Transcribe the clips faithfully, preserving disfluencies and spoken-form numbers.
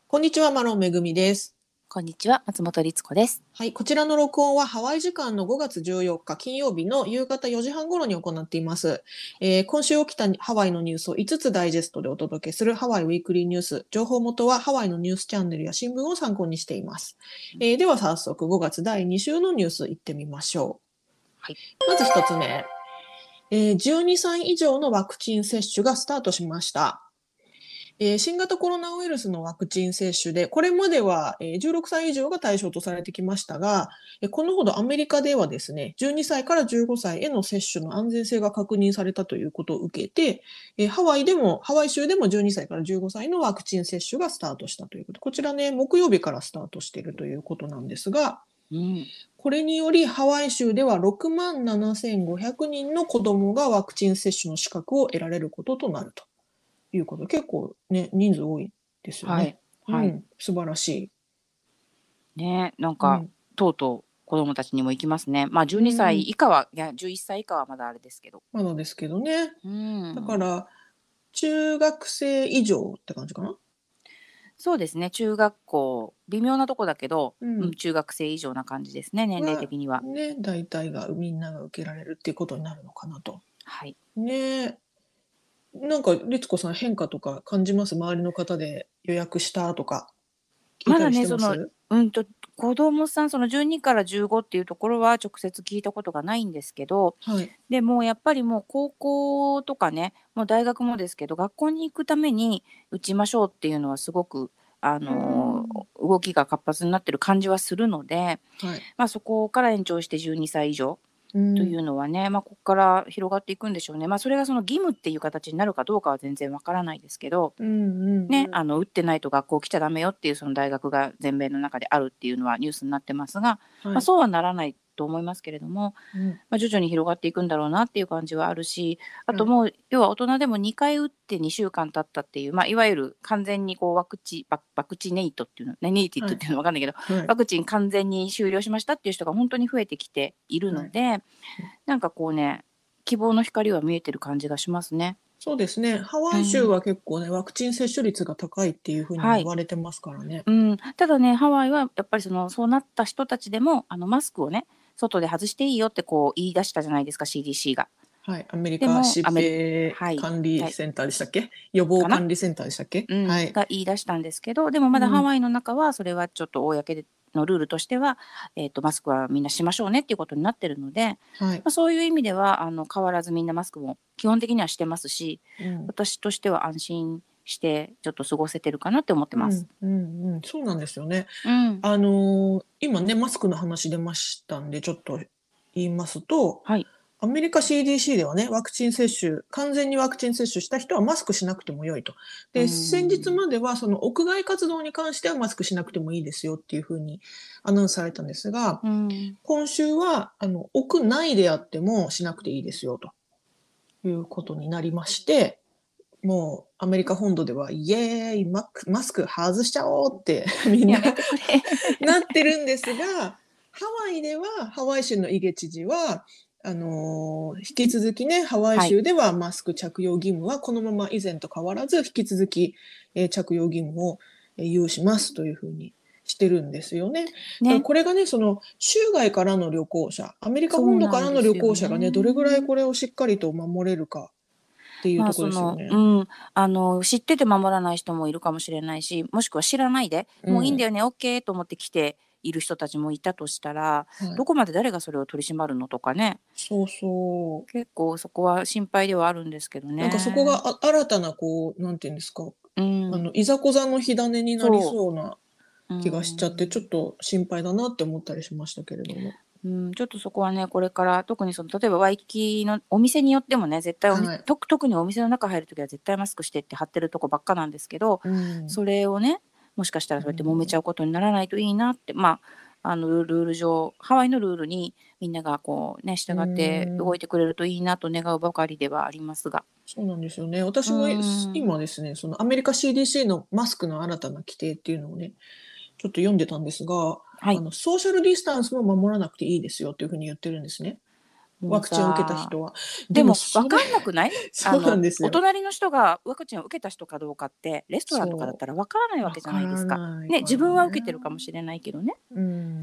こんにちは、マロンめぐみです。 こんにちは、松本律子です。 はい、こちらの録音はハワイ時間のごがつじゅうよっか金曜日の夕方よじはん頃に行っています。えー今週起きたハワイのニュースをいつつダイジェストでお届けするハワイウィークリーニュース。情報元はハワイのニュースチャンネルや新聞を参考にしています。えーでは早速ごがつだいに週のニュースいってみましょはい。 う。まずひとつめ、えーじゅうにさい以上のワクチン接種がスタートしました。えー新型コロナウイルスのワクチン接種で、これまではえーじゅうろくさい以上が対象とされてきましたが、えーこのほどアメリカではですね、じゅうにさいからじゅうごさいへの接種の安全性が確認されたということを受けて、えーハワイでも、ハワイ州でもじゅうにさいからじゅうごさいのワクチン接種がスタートしたということ。こちらね、木曜日からスタートしているということなんですが、 うん。 これによりハワイ州ではろくまんななせんごひゃくにんの子供がワクチン接種の資格を得られることとなるということ。結構ね、人数多いですよはい。 ね。うはい。 ん、素晴らしい。 ね、なんか、 うん。 とうとう子供たちにも行きますね。まあ、12 うん、 歳以下は、いや、じゅういっさい以下はまだあれですけど。 まだですけどね。 うん。 だから、中学生以上って感じかな。 そうですね、中学校、微妙なとこだけど、うん、 うん。 中学生以上な感じですね、年齢が、 的には。 ね、大体が、みんなが受けられるっていうことになるのかなと。 はい。 ね。なんか、律子さん変化とか感じます？周りの方で予約したとか聞いたりしまだね、その、 てます？ うんと、子供さん、そのじゅうにからじゅうごっていうところは直接聞いたことがないんですけど、 はい。 でもやっぱりもう高校とかね、もう大学もですけど、学校に行くために打ちましょうっていうのはすごく、あうの、 ん。 動きが活発になってる感じはするので、 はい。 まあ、そこから延長してじゅうにさい以上というん。 うのはね、まあ、ここから広がっていくんでしょうね。まあ、それがその義務っていう形になるかどうかは全然わからないですけど、 うんうんね、 うん。 あの打ってないと学校来ちゃダメよっていうその大学が全米の中であるっていうのはニュースになってますが、まあ、 はい。 そうはならないと思いますけれども、 うん。 まあ、徐々に広がっていくんだろうなっていう感じはあるし、あはい。 ともう要は大人でもにかい打ってにしゅうかん経ったっていう、まあ、いわゆる完全にこうワクチバワクチネイトっていうのねネイティッはい。 ドっていうのわかんないけど、 はい。 ワクチン完全に終了しましたっていう人が本当に増えてきているはい。 ので、なんかこうね、希望の光は見えてる感じがしますね。 そうですね。ハワイ州うん。 は結構ね、ワクチン接種率が高いっていう風にもはい。 言われてますからね。 うん、ただね、ハワイはやっぱりその、そうなった人たちでも、あの、マスクをね、外で外していいよってこう言い出したじゃないですか、シーディーシー が。 はい。アメリでも、 カ疾アメリ病はい、 管理はい、 センターでしたっけ？予防かな？ 管理センターでしたっけ？ うん、 はい。 が言い出したんですけど、でもまだハうん。 ワイの中はそれはちょっと公でのルールとしては、えっと、マスクはみんなしましょうねっていうことになってるので、 はい。 ま、そういう意味では、あの、変わらずみんなマスクも基本的にはしてますし、 うん。 私としては安心してちょっと過ごせてるかなって思ってます。 うん、うんうん。そうなんですよね。 うん、 あの、今ね、マスクの話出ましたんで、ちょっと言いますと、 はい。 アメリカ シーディーシー ではね、ワクチン接種完全にワクチン接種した人はマスクしなくても良いと。 うーで、先日ん。 まではその屋外活動に関してはマスクしなくてもいいですよっていう風にアナウンスされたんですが、 うん。 今週はあの屋内であってもしなくていいですよということになりまして、もうアメリカ本土ではイエーイ、マクマスク外しちゃおうってみんなやめてくれ。 なってるんですが、ハワイでは、ハワイ州のイゲ知事は、あの、引き続きね、ハワイはい。 州ではマスク着用義務はこのまま以前と変わらず、引き続き、えー着用義務を、え、有しますという風にしてるんですよね。だからね、 これがね、その州外からの旅行者、アメリカそう本土からの旅なんですよ行者がね、どれぐらいね。 これをしっかりと守れるかっていうまあ、 とこその、うですよね。 ん、あの、知ってて守らない人もいるかもしれないし、もしくは知らないで、 うん。 もういいんだよね、オッケーと思って来ている人たちもいたとしたら、 はい。 どこまで誰がそれを取り締まるのとかね、 そうそう。 結構そこは心配ではあるんですけどなんかそこね。 があ新たなこう、なんていうんですか、 うん、 あの、いざこざの火種になりそそうなう、う気がしちゃって、ちょっん。 と心配だなって思ったりしましたけれども。 うん、ちょっとそこはね、これから特にその例えばワイキキのお店によってもね、絶対おみはい。 と特にお店の中入る時は絶対マスクしてって貼ってるとこばっかなんですけど、 うん。 それをね、もしかしたらうそうやって揉めちゃん。 うことにならないといいなって、まあ、あのルルール上、ハワイのルールにみんながこうね、 う従って動いん。 てくれるといいなと願うばかりではありますが。 そうなんですよね。 うー私も、いん、 今ですね、そのアメリカ シーディーシー のマスクの新たな規定っていうのをね、ちょっと読んでたんですが、 はい。 あの、ソーシャルディスタンスも守らなくていいですよっていう風に言ってるんですね。 もうワクチンを受けたさ、 人は。ででももそれ分かんなくない？あそうなの、おんですよ。 隣の人がワクチンを受けた人かどうかって、レストランとかだっそたら分からなう、 いわけじゃわからないですか。 ないね、自からね。 分は受けてるかもしれないけどね。 うん。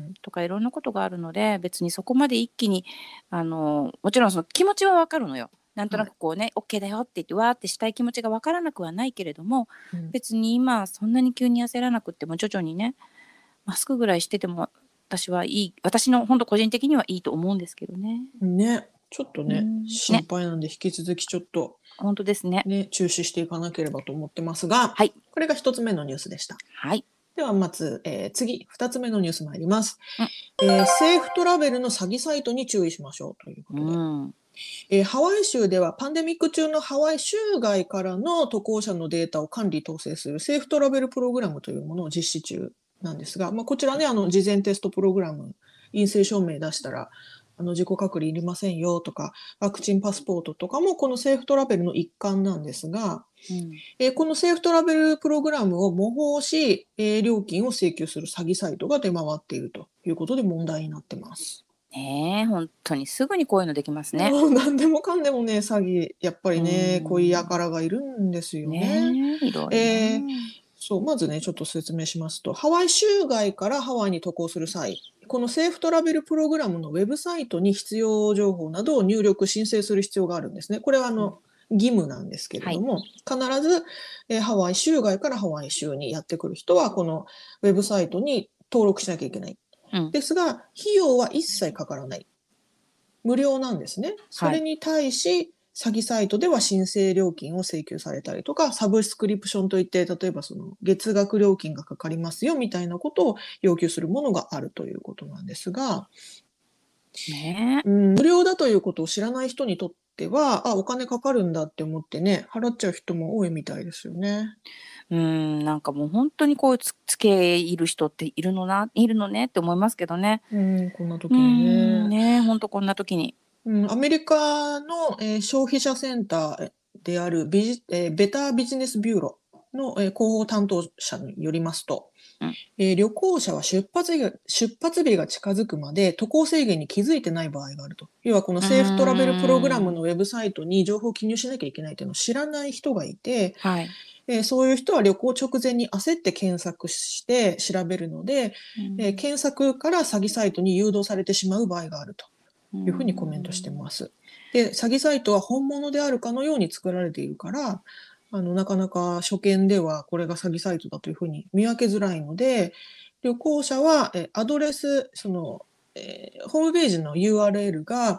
とかいろんなことがあるので、別にそこまで一気に、あの、もちろんその気持ちは分かるのよ。なんとなはい。 くこうね、オッケーだよって言って、わーってしたい気持ちが分からなくはないけれども、 うん。 別に今そんなに急に焦らなくっても徐々にね、マスクぐらいしてても私はいい私のほんと個人的にはいいと思うんですけどね。 ね、ちょっとね、 うん、ね。 心配なんで引き続きちょっと、 ほんとですね。 ね、注視していかなければと思ってますが、 はい。 これが一つ目のニュースでした。 はい。 ではまず、えー、次、二つ目のニュース参ります。 うん。 えー、セーフトラベルの詐欺サイトに注意しましょうというこうとで。 ん。 えーハワイ州ではパンデミック中のハワイ州外からの渡航者のデータを管理統制するセーフトラベルプログラムというものを実施中なんですが、まあ、こちらね、あの、事前テストプログラム、陰性証明出したら、あの、自己隔離いりませんよとか、ワクチンパスポートとかもこのセーフトラベルの一環なんですが、 うん。 えーこのセーフトラベルプログラムを模倣し、えー料金を請求する詐欺サイトが出回っているということで問題になってます。 ねえ、ほんとにすぐにこういうのできますね。 もう何でもかんでもね、詐欺、やっぱうりね、こういうん。 輩がいるんですよね。 ねえ、ひどいな。 えーそう、まずね、ちょっと説明しますと、ハワイ州外からハワイに渡航する際、このセーフトラベルプログラムのウェブサイトに必要情報などを入力、申請する必要があるんですね。これはあうん。 の、義務なんですけれはい。 ども、必ず、えーハワイ州外からハワイ州にやってくる人は、このウェブサイトに登録しなきゃいけない。 うん。 ですが、費用は一切かからない。無料なんですね。そはい。 れに対し、詐欺サイトでは申請料金を請求されたりとか、サブスクリプションといって、例えばその月額料金がかかりますよみたいなことを要求するものがあるということなんですが、 ねえ。 うん、無料だということを知らない人にとっては、あ、お金かかるんだって思ってね、払っちゃう人も多いみたいですよね。 うーん、なんかもうほんとにこうつ付け入る人っているのないるのねって思いますけどね。 うん、こんなうー時にん、 ね。 ね、ほんとこんな時に。 うん、アメリカの、えー消費者センターであるビジ、えーベタービジネスビューロの、えー広報担当者によりますと、 うん。 えー旅行者は出発日が出発日が近づくまで渡航制限に気づいてない場合があると。要はこのうセーフトラベルプログラムーん。 のウェブサイトに情報を記入しなきゃいけないというのを知らない人がいて、 はい。 えーそういう人は旅行直前に焦って検索して調べるので、えーうん。 検索から詐欺サイトに誘導されてしまう場合があると。 うーいうふうにコメントしてん。 ます。で、詐欺サイトは本物であるかのように作られているから、あの、なかなか初見ではこれが詐欺サイトだというふうに見分けづらいので、旅行者は、えアドレス、その、えーホームページの ユーアールエル が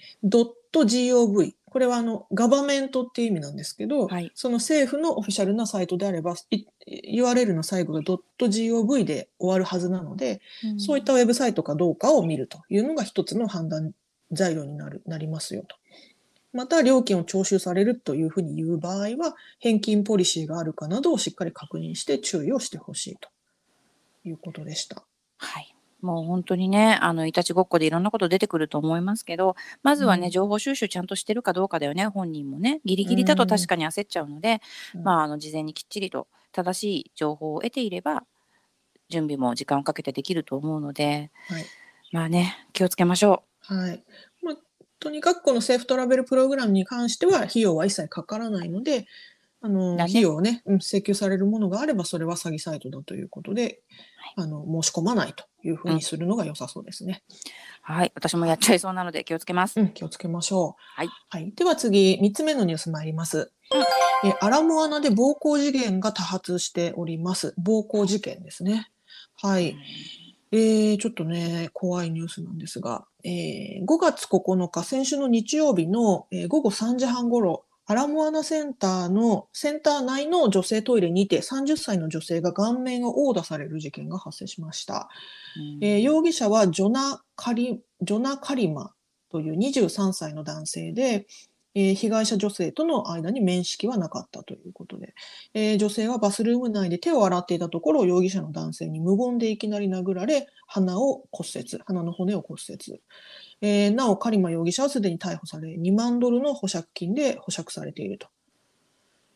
.gov、これはあの、ガバメントっていう意味なんですけど、 はい。 その政府のオフィシャルなサイトであれば、い ユーアールエル の最後が .gov で終わるはずなので、 うそういったん。 ウェブサイトかどうかを見るというのが一つの判断材料になる、なりますよと。また、料金を徴収されるというふうに言う場合は、返金ポリシーがあるかなどをしっかり確認して注意をしてほしいということでした。 はい。もうほんとにね、あの、いたちごっこでいろんなこと出てくると思いますけど、まずはね、 うん。 情報収集ちゃんとしてるかどうかだよね、本人もね。ギリうギリだと確ん。 かに焦っちゃうので、 うん。 まあ、あの、事前にきっちりと正しい情報を得ていれば、準備も時間をかけてできると思うので、 はい。 まあね、気をつけましょはい。まあ、とにかくこのセーフトラベルプログラムに関しては、費用は一切かからないので、あう。 の、 だね。 費用をね、うん、請求されるものがあれば、それは詐欺サイトだということで、 はい。 あの、申し込まないというふううん。 にするのが良さそうですね。 はい、私もやっちゃいそうなので気をつけます。 うん、気をつけましょう。 はい。 はい。では次、みっつめのニュース参ります。 うん。 え、アラモアナで暴行事件が多発しております。暴行はい。 事件ですね。はうい。 ん。 えー、ちょっとね、怖いニュースなんですが、えー、ごがつここのか、先週の日曜日の、えー午後さんじはん頃、アラモアナセンターの、センター内の女性トイレにてさんじゅっさいの女性が顔面を殴打される事件が発生しました。 うえーん。 容疑者はジョナカリ、ジョナカリマというにじゅうさんさいの男性で、えー被害者女性との間に面識はなかったということで、えー女性はバスルーム内で手を洗っていたところ、容疑者の男性に無言でいきなり殴られ、鼻を骨折、鼻の骨を骨折。えーなお、カリマ容疑者はすでに逮捕され、にまんドルの保釈金で保釈されていると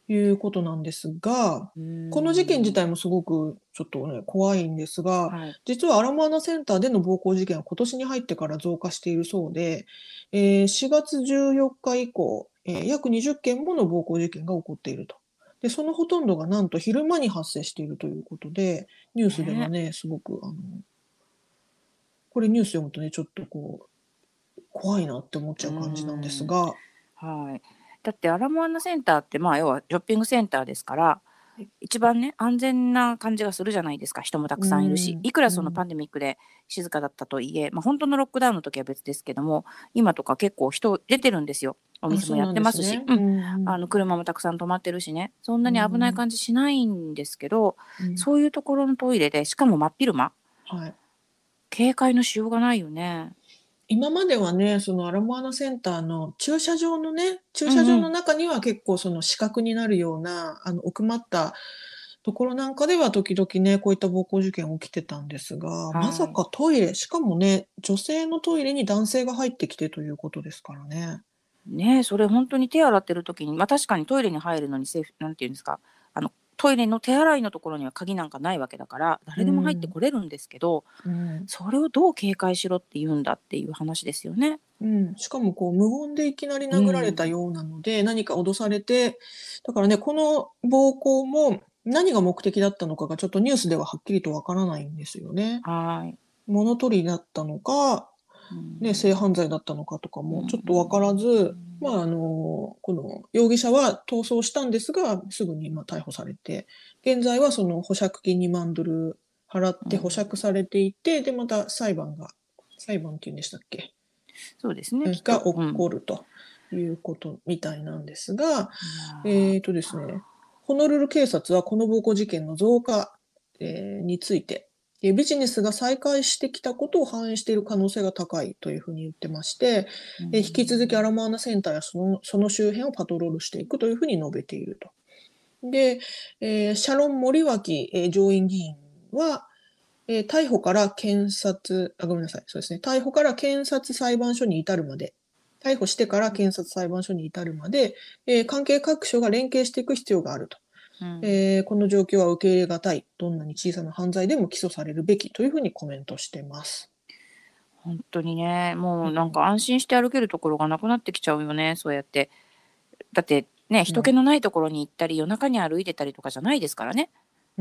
いうことなんですが、 うーん。 この事件自体もすごくちょっとね、怖いんですが、 はい。 実はアラモアナセンターでの暴行事件は今年に入ってから増加しているそうで、えーしがつじゅうよっか以降、えー約にじゅっけんもの暴行事件が起こっていると。で、そのほとんどがなんと昼間に発生しているということで、ニュースではね。 ね、すごく、あの、これニュース読むとね、ちょっとこう、怖いなって思っうーちゃう感じなんですん。 が、 はい。だってアラモアナセンターって、まあ、要はショッピングセンターですから、 え一番ね、安全な感じがするじゃないですか。人もたうくさんいるし。 ん、 いくらうん、 そのパンデミックで静かだったといえ、ま、あ本当のロックダウンの時は別ですけども、今とか結構人出てるんですよ。おあ、 店もやっそうなんてますし。 ですね。 うん。 うん、 あの、車もたくさん止まってるしね。そんなうに危ないん、 感じしないんですけど、 うん、 そういうところのトイレで、しかも真っ昼間、 はい。 警戒のしようがないよね。 今まではね、そのアラモアナセンターの駐車場のね、駐車場のうんうん。 中には結構その死角になるような、あの、奥まったところなんかでは時々ね、こういった暴行事件起きてたんですが、まさはい。 かトイレ、しかもね、女性のトイレに男性が入ってきてということですからね。 ねえ、それ本当に手洗ってる時に、ま、確かにトイレに入るのにセーフなんて言うんですか、あの、トイレの手洗いのところには鍵なんかないわけだから、 う誰でも入ってん、 これるんですけど、 うん、 それをどう警戒しろって言うんだっていう話ですよね。 うん。しかもこう無言でいきなりう殴られたん。 ようなので、何か脅されて、だからね、この暴行も何が目的だったのかがちょっとニュースでははっきりとわからないんですよね。 はい。 物取りだったのか、 うね、性ん。 犯罪だったのかとかうもちょっとわからん。 ず、まあ、あの、この容疑者は逃走したんですが、すぐにまあ逮捕されて、現在はその保釈金にまんドル払って保うん。 釈されていて、で、また裁判が、裁判っていうんでしたっけ、 そうですね、 うん、 きっと。 が起うん。 こるということみたいなんですが、 いや。 えーとですね、ホノルル警察はこの暴行事件の増加、えーについて、えビジネスが再開してきたことを反映している可能性が高いというふうに言ってまして、 うえ引き続きアん。 ラモアナセンターやそのその周辺をパトロールしていくというふうに述べていると。で、えーシャロン・森脇、えー上院議員は、えー逮捕から検察、あ、ごめんなさい、そうですね、逮捕から検察裁判所に至るまで、逮捕してから検察裁判所に至るまで、えー関係各所が連携していく必要があると。 うん。 えーこの状況は受け入れがたい。どんなに小さな犯罪でも起訴されるべきというふうにコメントしてます。 本当にね、もうなんうん、 か安心して歩けるところがなくなってきちゃうよね、そうやって。だってね、 うん。 人気のないところに行ったり、夜中に歩いてたりとかじゃないですからね。 うん、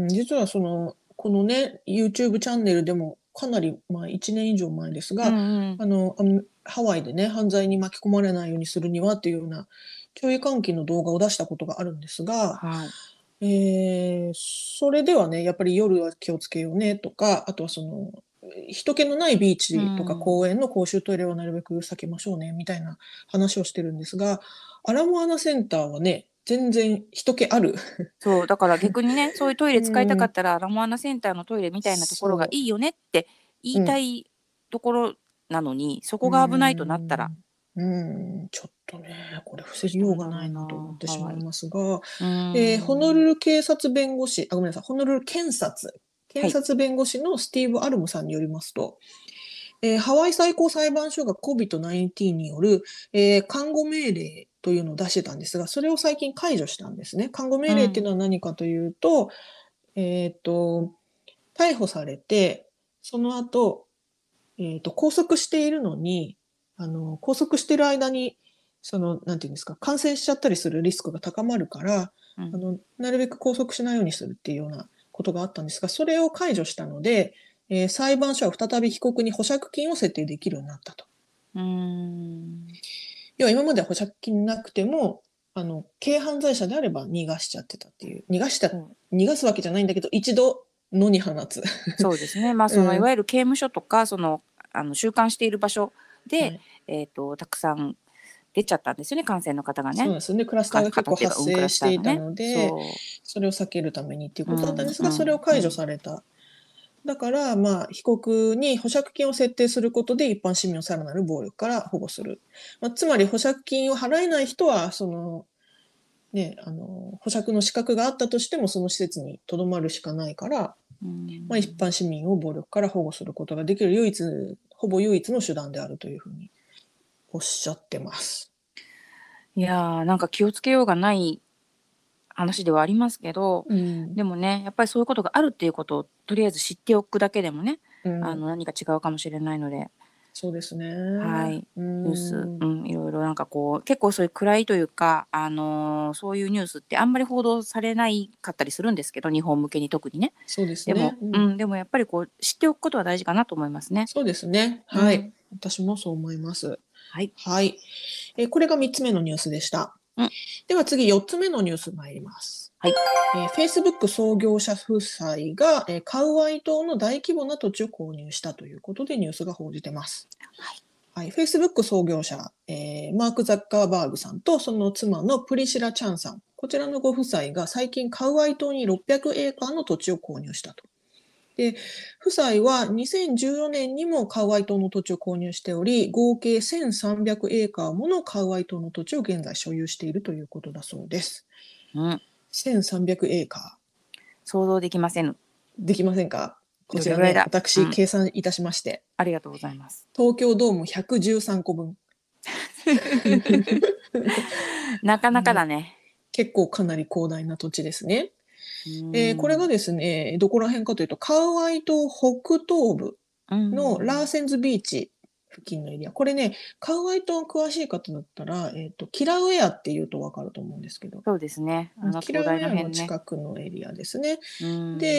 実はその、このね、YouTube チャンネルでもかなり、まあ、いちねん以上前ですうが、 んうん。 あの、あのハワイでね、犯罪に巻き込まれないようにするにはっていうような注意喚起の動画を出したことがあるんですが、 はい。 えーそれではね、やっぱり夜は気をつけようねとか、あとはその、人気のないビーうチとか公ん。 園の公衆トイレはなるべく避けましょうねみたいな話をしてるんですが、アラモアナセンターはね、全然人気ある。 そう、だから逆にね、そういうトイレ使いたうん、 かったら、ラモアナセンターのトイレみたいなところがそいいよねって言う、うん、 いたいところなのに、そうーこが危ないとなったら、 ん、うーん、ちょっとね、これどう防ぎようしたんだろうがないなと思っな、 てしまいハワイ。 ますが、 うーえーホノルん。 ル警察弁護士、あ、ごめんなさい、ホノルル検察、 はい。 検察弁護士のスティーブ・アルムさんによりますと、えーハワイ最高裁判所が コビッドナインティーン による、えー看護命令というのを出してたんですが、それを最近解除したんですね。看護命令っていうのうん。 は何かというと、えっと、逮捕されて、その後、えっと、拘束しているのに、あの、拘束している間に、その、なんていうんですか、感染しちゃったりするリスクが高まるから、 うん。 あの、なるべく拘束しないようにするっていうようなことがあったんですが、それを解除したので、えー裁判所は再び被告に保釈金を設定できるようになったと。 うーん。 要は今までは保釈金なくても、あの、軽犯罪者であれば逃がしちゃってたっていう、逃がした、 そう。 逃がすわけじゃないんだけど、一度野に放つ。 そうですね。まあ、そのいうん。 わゆる刑務所とか、その、あの、収監している場所で、 はい。 えっと、たくさん出ちゃったんですよね、感染の方がね。 そうなんですよね。クラスターかが結構方っていうか、うん、クラ発生スターがね。 していたので、 そそれを避けるためにっていうう。うことだったんんうですが、それを解除んうん。 された。だから、まあ、被告に保釈金を設定することで一般市民をさらなる暴力から保護する。まあ、つまり保釈金を払えない人は、その、ね、あの、保釈の資格があったとしてもその施設にとどまるしかないから、 うまあ、一般ん。 市民を暴力から保護することができる唯一、ほぼ唯一の手段であるというふうにおっしゃってます。 いやー、なんか気をつけようがない話ではありますけど、 うん。 でもね、やっぱりそういうことがあるっていうことをとりあえず知っておくだけでもね、 うん。 あの何か違うかもしれないので、 そうですね。 はい、 うニュース、 ん。 うん、いろいろなんかこう結構そういう暗いというか、あのーそういうニュースってあんまり報道されないかったりするんですけど、日本向けに特にね。 そうですでも、 ね。うん。 うん、でもやっぱりこう知っておくことは大事かなと思いますね。 そうですね。はい。 うん、 私もそう思います。 はい、 はい。えーこれがみっつめのニュースでした。 うん、 では次よっつめのニュース参ります。 はい、 えー、Facebook 創業者夫妻が、えーカウアイ島の大規模な土地を購入したということでニュースが報じてます。 はい、 はい、Facebook 創業者、えーマーク・ザッカーバーグさんとその妻のプリシラ・チャンさん、こちらのご夫妻が最近カウアイ島にろっぴゃくエーカーの土地を購入したと。で、夫妻はにせんじゅうよねんにもカウアイ島の土地を購入しており、合計せんさんびゃくエーカーものカウアイ島の土地を現在所有しているということだそうです。 うん、 せんさんびゃくエーカ想像できません。 ー。できませんか？こちらね、 どれぐらいだ。う私ん、 計算いたしまして、 ありがとうございます。 東京ドームひゃくじゅうさんこぶん。 なかなかだね。 結構かなり広大な土地ですね。 うえーこれがん、 ですね、どこら辺かというと、カウアイ島北東部うのラーん、 センズビーチ付近のエリア。これね、カウアイ島詳しい方だったら、えっと、キラウエアっていうとわかると思うんですけど、 そうですね。あの東大キラウエアのの辺ね。 近くのエリアですね。 うん、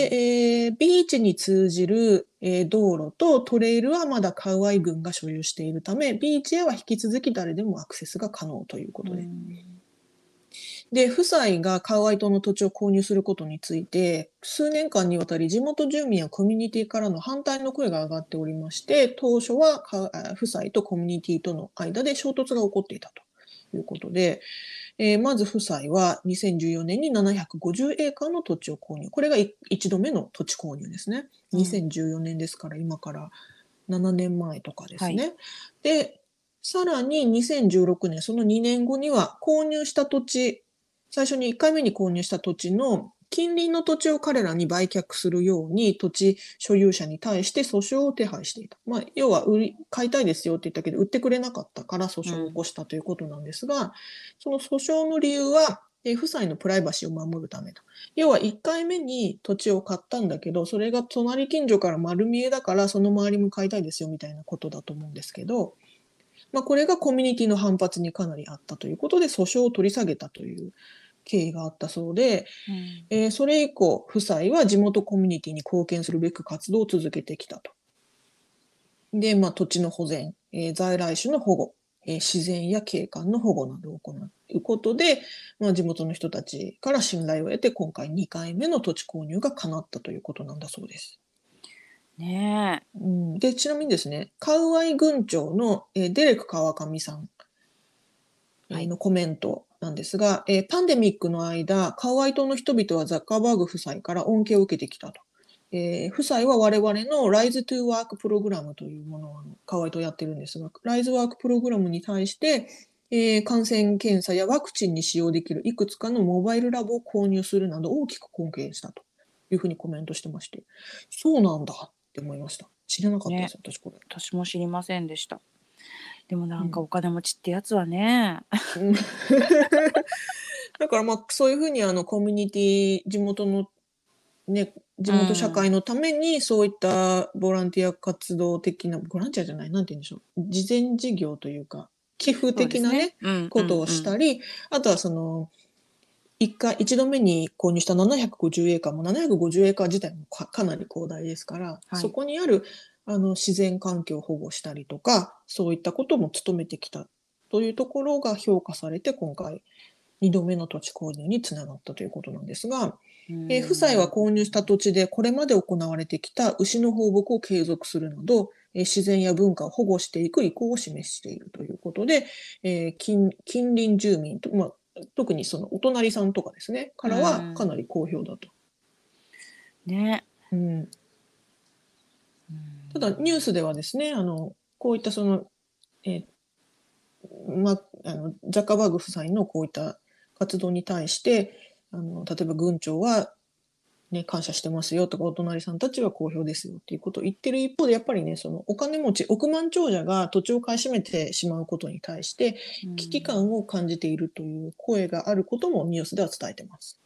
で、えービーチに通じる、えー道路とトレイルはまだカウアイ郡が所有しているため、ビーチへは引き続き誰でもアクセスが可能というこうとで。 ん、 で、夫妻がカウアイ島の土地を購入することについて、数年間にわたり地元住民やコミュニティからの反対の声が上がっておりまして、当初はか夫妻とコミュニティとの間で衝突が起こっていたということで、えーまず夫妻はにせんじゅうよねんにななひゃくごじゅうエーカーの土地を購入。これがい一度目の土地購入ですね。 うん、 にせんじゅうよねんですから今からななねんまえとかではい。 すね。で、さらににせんじゅうろくねん、そのにねんごには購入した土地、最初にいっかいめに購入した土地の近隣の土地を彼らに売却するように土地所有者に対して訴訟を手配していた。まあ、要は売り、買いたいですよって言ったけど、売ってくれなかったから訴訟を起こしたということなんですが、その訴訟の理由は、えー夫妻のプライバシーを守るためと。要はいっかいめに土地を買ったんだけど、それが隣近所から丸見えだから、その周りも買いたいですよみたいなことだと思うんですけど、まあ、これがコミュニティの反発にかなりあったということで、訴訟を取り下げたという経緯があったそうで、 うん、 えーそれ以降、夫妻は地元コミュニティに貢献するべく活動を続けてきたと。で、まあ、土地の保全、えー在来種の保護、えー自然や景観の保護などを行うことで、まあ、地元の人たちから信頼を得て、今回にかいめの土地購入が叶ったということなんだそうです。 ねえ。 うん、で、ちなみにですね、カウアイ郡長の、えーデレク川上さんはい。 のコメントなんですが、えーパンデミックの間、カウアイ島の人々はザッカーバーグ夫妻から恩恵を受けてきたと。えー夫妻は我々の Rise to Work プログラムというものをカウアイ島やってるんですが、Rise Work プログラムに対して、えー感染検査やワクチンに使用できるいくつかのモバイルラボを購入するなど大きく貢献したというふうにコメントしてまして、そうなんだって思いました。知らなかったでね、 す、私これ。 私も知りませんでした。でもなんかうんお金持ちってやつはね。 うんだからまあそういうふうにあのコミュニティ、地元のね、地う元社会ん。 のためにそういったボランティア活動的な、ボランティアじゃない、なんて言うんでしょう。慈善事業というか、寄付そうですね。 的なね、 うんうことをんうん。 したり、あとはその、一回、一度目に購入したななひゃくごじゅうエーカーもななひゃくごじゅうエーカー自体もかかなり広大ですから、そはい。 こにあるあの自然環境を保護したりとか、そういったことも努めてきたというところが評価されて、今回にどめの土地購入につながったということなんですが、 うえー夫妻はん。 購入した土地でこれまで行われてきた牛の放牧を継続するなど、えー自然や文化を保護していく意向を示しているということで、えー近近隣住民と、まあ、特にそのお隣さんとかですね、かうらはかん。 なり好評だと。 ね。 うん、 うただニュースではですね、あのこういったその、えーまあ、あのザッカーバーグ夫妻のこういった活動に対して、あの例えば郡長はね、感謝してますよとか、お隣さんたちは好評ですよっていうことを言ってる一方で、やっぱりね、そのお金持ち、億万長者が土地を買い占めてしまうことに対して、危機ん。 感を感じているという声があることもニュースでは伝えてます。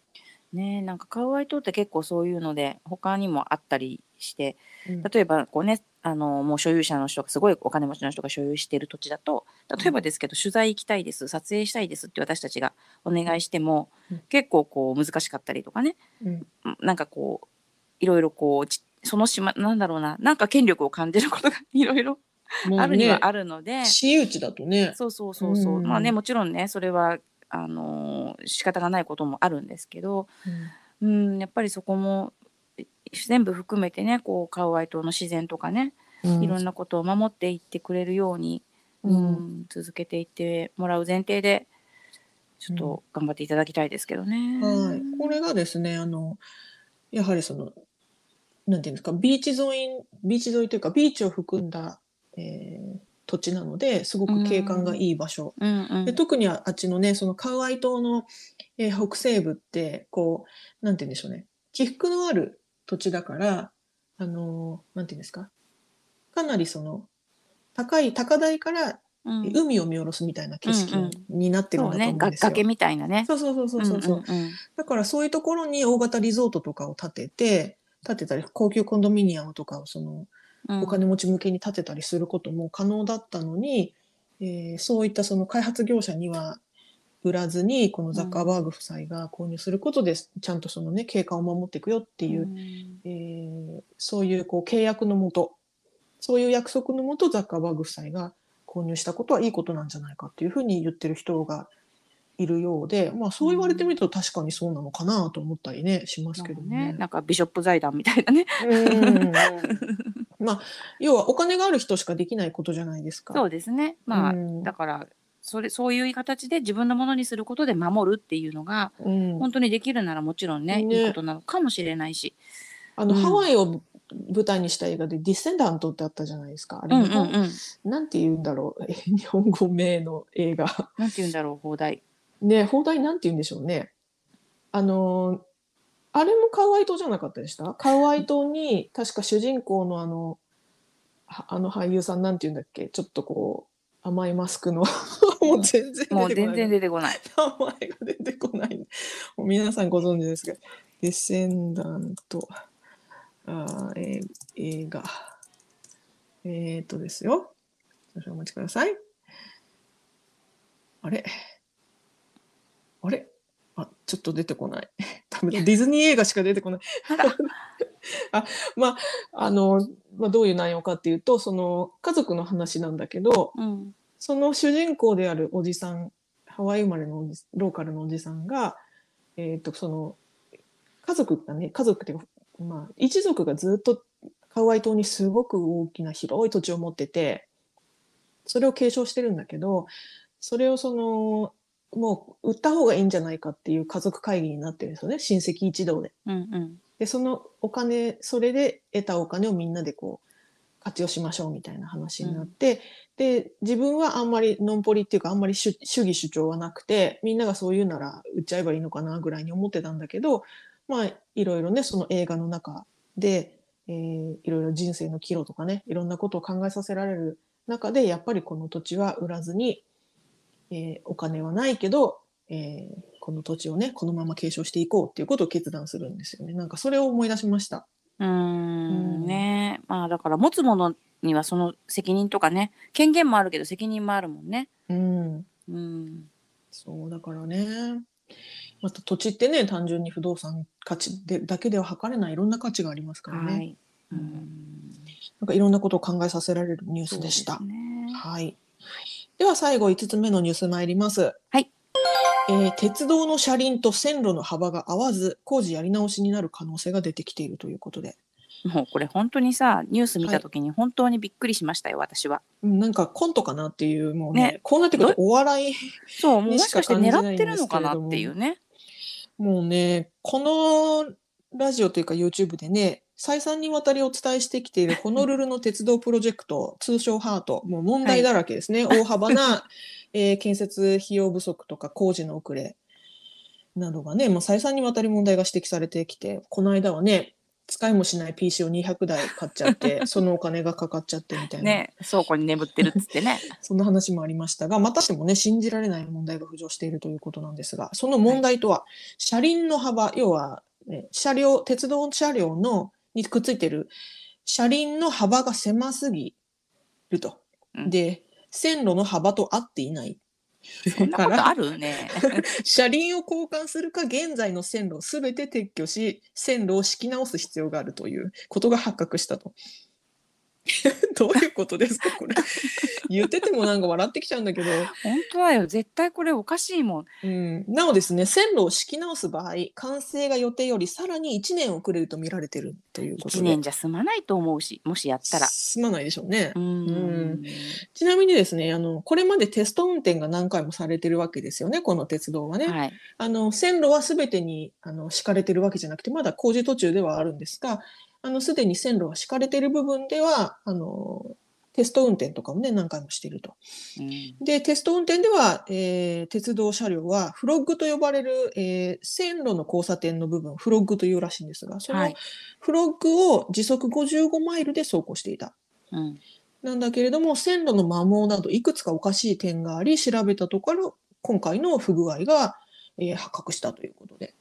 ね、なんかカウアイ島って結構そういうので他にもあったりして、 うん例えばこうね、あのもう所有者の人がすごいお金持ちの人が所有している土地だと、例えばですけど取材行きたいです、撮影したいですって私たちがお願いしても、 うん結構こう難しかったりとかね、 うんなんかこういろいろこうちその島なんだろうな、なんか権力を感じることがいろいろあるにはもうね、 あるので、 私有地だとね。 そうそううそうそう、まあね、 んもちろんねそれはあのー仕方がないこともあるんですけど、 うんうん、やっぱりそこもい全部含めてね、こうカウアイ島の自然とかね、 うんいろんなことを守っていってくれるように、ううんん、続けていってもらう前提でちょっと頑張っていただきたいですけどね。 はい。これがですね、あの、やはりその、なんていうんですか、ビーチ沿い、ビーチ沿いというか、ビーチを含んだ、えー土地なので、すごく景観がいい場所。 うんうで、 ん特にああっちのね、そのカウアイ島の、えー北西部って、こう、なんて言うんでしょうね。起伏のある土地だから、あのーなんて言うんですか。かなりその、高い、高台からうんえ海を見下ろすみたいな景色うんうんになってるんだとそうね、が思うんですよ。 崖みたいなね。 そうそうそうそうそうそう。 うんうんうんだからそういうところに大型リゾートとかを建てて、建てたり、高級コンドミニアムとかをその、 うんお金持ち向けに建てたりすることも可能だったのに、えーそういったその開発業者には売らずに、このザッカーバーグ夫妻が購入することで、ちゃんとそのね、景観を守っていくよってういう、 んえーそういうこう契約のもと、そういう約束のもとザッカーバーグ夫妻が購入したことはいいことなんじゃないかっていうふうに言ってる人がいるようで、まあそう言われてみると確かにそうなのかなと思ったりね、しますなんけどもかね、 ね。 なんかビショップ財団みたいなね。 うんうんうん。まあ、要はお金がある人しかできないことじゃないですか。 そうですね。 うまあ、 ん。 だからそれそういう形で自分のものにすることで守るっていうのがうん。 本当にできるならもちろんね、いいこね。 となのかもしれないし。 あの、ハうん、 ワイを舞台にした映画でディセンダントってあったじゃないですか。あれうんう日本、 んうん。 なんて言うんだろう。え日本語名の映画。 なんて言うんだろう、放題。 ね、放題なんて言うんでしょうね。あの、あれもカウアイ島じゃなかったでしたカウアイ島に、確か主人公のあの、はあの俳優さんなんて言うんだっけちょっとこう、甘いマスクのもう全然もう全然出てこない。 出てこない。 名前が出てこない。もう皆さんご存知ですが、ディセンダント、あーえー映画。えー、っとですよ。少々お待ちください。あれあれあ、ちょっと出てこない。ダメだ。ディズニー映画しか出てこない。 あら、 あ、まあ、あの、まあ、どういう内容かっていうと、その、家族の話なんだけど、 うんその主人公であるおじさん、ハワイ生まれのおじローカルのおじさんが、えっ、と、その、家族がね、家族っていうか、まあ、一族がずっとカウアイ島にすごく大きな広い土地を持ってて、それを継承してるんだけど、それをその、もう売った方がいいんじゃないかっていう家族会議になってるんですよね、親戚一同で。 うんうんで、そのお金、それで得たお金をみんなでこう、活用しましょうみたいな話になって、で、自分はあんまりノンポリっていうかあんまり主主義主張はなくて、みんながそう言うなら売っちゃえばいいのかなぐらいに思ってたんだけど、まあ、いろいろね、その映画の中で、えーいろいろ人生の岐路とかね、いろんなことを考えさせられる中で、やっぱりこの土地は売らずに、えーお金はないけど、えーこの土地をね、このまま継承していこうっていうことを決断するんですよね。なんかそれを思い出しました。 うーうんんね、まあだから持つものにはその責任とかね、権限もあるけど責任もあるもんね。 うん。 うんそう、だからね。また土地ってね、単純に不動産価値でだけでは測れないいろんな価値がありますからね。 はい。ううんんなんかいろんなことを考えさせられるニューそうでスでした。 すね。 はい。では最後いつつめのニュース参ります。 はい。 えー鉄道の車輪と線路の幅が合わず、工事やり直しになる可能性が出てきているということで。 もうこれ本当にさ、ニュース見はい。 た時に本当にびっくりしましたよ、私は。 うんなんかコントかなっていう、もうね、 ね。 こうなってくるとどお笑いそう、もうにもしかしてしか感じ狙ってないんでするのかなっけれども、 ていうね。 もうね、このラジオというか YouTube でね、再三にわたりお伝えしてきているホノルルの鉄道プロジェクト、通称ハート、もう問題だらけですね。大幅な、えー建設費用不足とか工事の遅れなどがね、もう再三にわたり問題が指摘されてきて、この間はね、 使いもしない ピーシー をにひゃくだい買っちゃってそのお金がかかっちゃってみたいな、 ね、倉庫に眠ってるっつってね。 そんな話もありましたが、またしてもね、信じられない問題が浮上しているということなんですが、その問題とは、車輪の幅、要は、ね、車両、鉄道車両のにくっついている車輪の幅が狭すぎると。 うんで、線路の幅と合っていない。 そんなことあるね。 車輪を交換するか、現在の線路をすべて撤去し、線路を敷き直す必要があるということが発覚したと。どういうことですかこれ。言っててもなんか笑ってきちゃうんだけど、 本当だよ。絶対これおかしいもん。 うん、なおですね、線路を敷き直す場合、完成が予定よりさらにいちねん遅れると見られているということ 1 で、 年じゃ済まないと思うし、もしやったら。 すまないでしょうね。 うーん。 ちなみにですね、あの、これまでテスト運転が何回もされてるわけですよね、この鉄道はね。 はい。 あの、線路は全てにあの敷かれてるわけじゃなくて、まだ工事途中ではあるんですが、あの、すでに線路が敷かれている部分では、あの、テスト運転とかもね、何回もしていると。 うん。 で、テスト運転では、えー鉄道車両はフロッグと呼ばれる、えー線路の交差点の部分、フロッグというらしいんですが、そのはい。 フロッグを時速ごじゅうごマイルで走行していた。 うん。 なんだけれども、線路の摩耗などいくつかおかしい点があり、調べたところ、今回の不具合が、えー発覚したということで。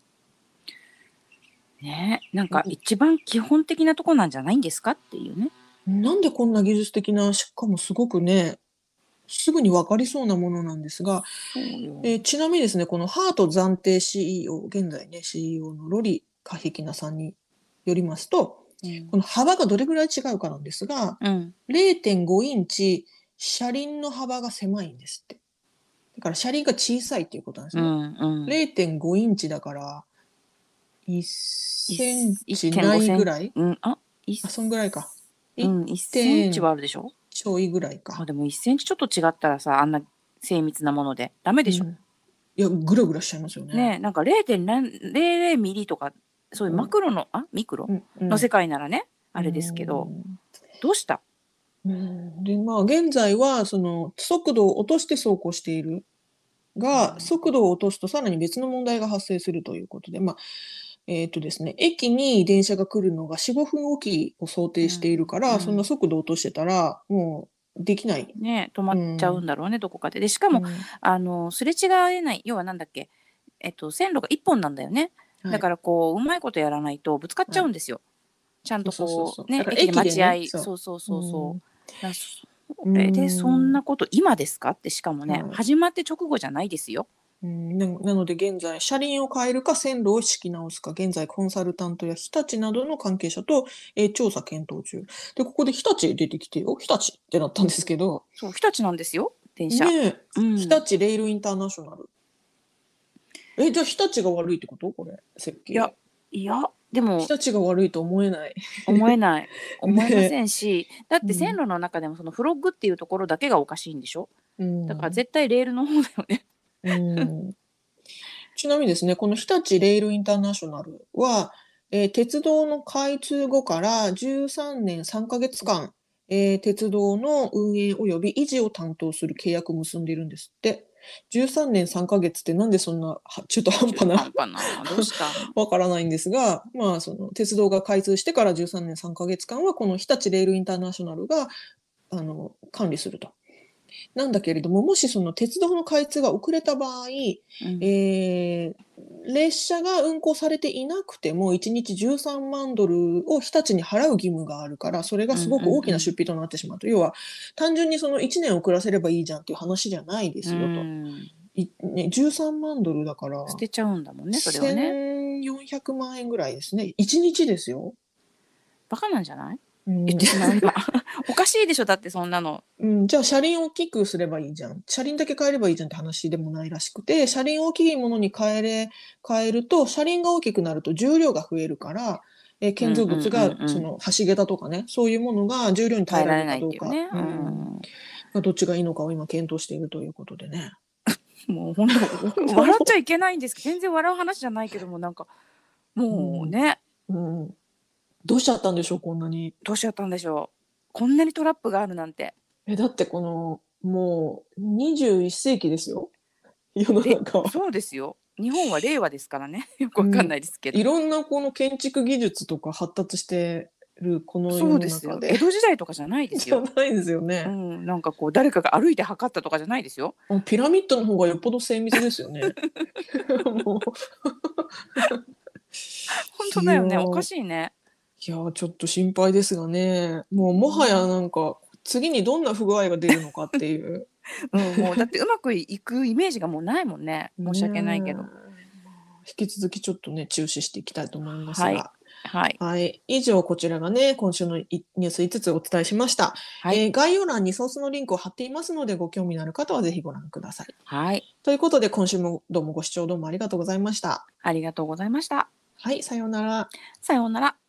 ね、なんか一番基本的なとこなんじゃないんですかっていうね。 なんでこんな技術的な、しかもすごくね、すぐに分かりそうなものなんですが、 そうよ。 えーちなみにですね、このハート暫定 シーイーオー、現在ね、シーイーオー のロリ・カヒキナさんによりますと、 うん。 この幅がどれぐらい違うかなんですが、 うん。 れいてんごインチ、車輪の幅が狭いんですって。だから車輪が小さいっていうことなんですね。 うん。うん。 れいてんごインチだから、いっセンチ 1.5 ないセンぐらいうん。あ、いあ、そんぐらいか。 うん。いちセンチはあるでしょ。 ちょいぐらいあ、 か。 でもいちセンチちょっと違ったらさ、あんな精密なものでダメでしょ。 うんいや、ぐらぐらしちゃいますよね。 ねえ、なんか れいてんゼロゼロ ミリとか、そういうマクロの、あ、ミクロうんうんの世界ならね、あれですけど、どうしたうんで、まあ、現在は、その、速度を落として走行しているが、 うん速度を落とすとさらに別の問題が発生するということで、まあ、えっとですね、駅に電車が来るのがよん、ごふんおきを想定しているから、 うんそんな速度を落としてたら、もうできない。 ねえ、止まっちゃうんだろうね、どこかで。で、しかも、 うんあの、すれ違えない、要はなんだっけ、えっと、線路が一本なんだよね。 はいだからこう、うまいことやらないとぶつかっちゃうんですよ。ちゃんとそうそうこう、 そうそうだ、からね駅で待ち合い、 駅でねそうそうそうそう。 うんだそれでそんなこと、今ですかってしかもね、 はい始まって直後じゃないですよ。 うんななので現在、車輪を変えるか線路を敷き直すか、現在コンサルタントや日立などの関係者と、えー調査検討中。で、ここで日立出てきてよ。日立ってなったんですけど、 そう、日立なんですよ、電車。 ねえ、 うん日立レールインターナショナル。え、じゃあ日立が悪いってことこれ、設計。 いや、いや、でも日立が悪いと思えない。 思えない。思えませねんし、だってうん線路の中でもそのフロッグっていうところだけがおかしいんでしょ。 うんだから絶対レールの方だよね。 うんちなみにですね、この日立レールインターナショナルは、えー鉄道の開通後からじゅうさんねんさんかげつかん、えー鉄道の運営及び維持を担当する契約を結んでいるんですって。じゅうさんねんさんかげつってなんでそんなは中途半端な半端な。どうしたわからないんですが、まあ、その鉄道が開通してからじゅうさんねんさんかげつかんはこの日立レールインターナショナルがあの管理すると。なんだけれども、もしその鉄道の開通が遅れた場合、 うんえー列車が運行されていなくてもいちにちじゅうさんまんドルを日立に払う義務があるから、それがすごく大きな出費となってしまうと。要は、単純にそのいちねん遅らせればいいじゃんっていう話じゃないですよと。 うんいね、じゅうさんまんドルだから、 捨てちゃうんだもんね、それはね。 せんよんひゃくまんえんぐらいですね。いちにちですよ。 バカなんじゃないうん言ってしまえば。おかしいでしょ、だってそんなの。 うん、じゃあ車輪を大きくすればいいじゃん。車輪だけ変えればいいじゃんって話でもないらしくて、車輪を大きいものに変えれ、変えると、車輪が大きくなると重量が増えるから、えー建造物が、 うんうんうんうんその橋桁とかね、そういうものが重量に耐えられるかどうか、 耐えられないっていうねうんがどっちがいいのかを今検討しているということでね。 うん、もう本当笑っちゃいけないんですけど、全然笑う話じゃないけども、なんかもうね、 うん、どうしちゃったんでしょう、こんなに。 どうしちゃったんでしょう。こんなにトラップがあるなんて。 え、だってこの、もうにじゅういっせいきですよ。世のえ中は。 そうですよ。 日本は令和ですからね。よくわかんないですけど。 いろんなこの建築技術とか発達してるこの世のそうですよ。 中で。 江戸時代とかじゃないですじゃよ。 ないですようね。 ん、なんかこう誰かが歩いて測ったとかじゃないですよ。 もうピラミッドの方がよっぽど精密ですよね。もう。 本当いやだよね。おかー、 しいね。 いやーちょっと心配ですがね。もうもはやねなんか、次にどんな不具合が出るのかっていう。 うん、もうだってうまくいくイメージがもうないもんね。申し訳ないけど。 ねえ。引き続きちょっとね、注視していきたいと思いますはい。 が。 はい。 はい。以上、こちらがね、今週のいニュースいつつお伝えしました。 はい。 えー概要欄にソースのリンクを貼っていますので、ご興味のある方はぜひご覧ください。 はい。 ということで、今週もどうもご視聴どうもありがとうございました。 ありがとうございました。 はい、さようなら。 さようなら。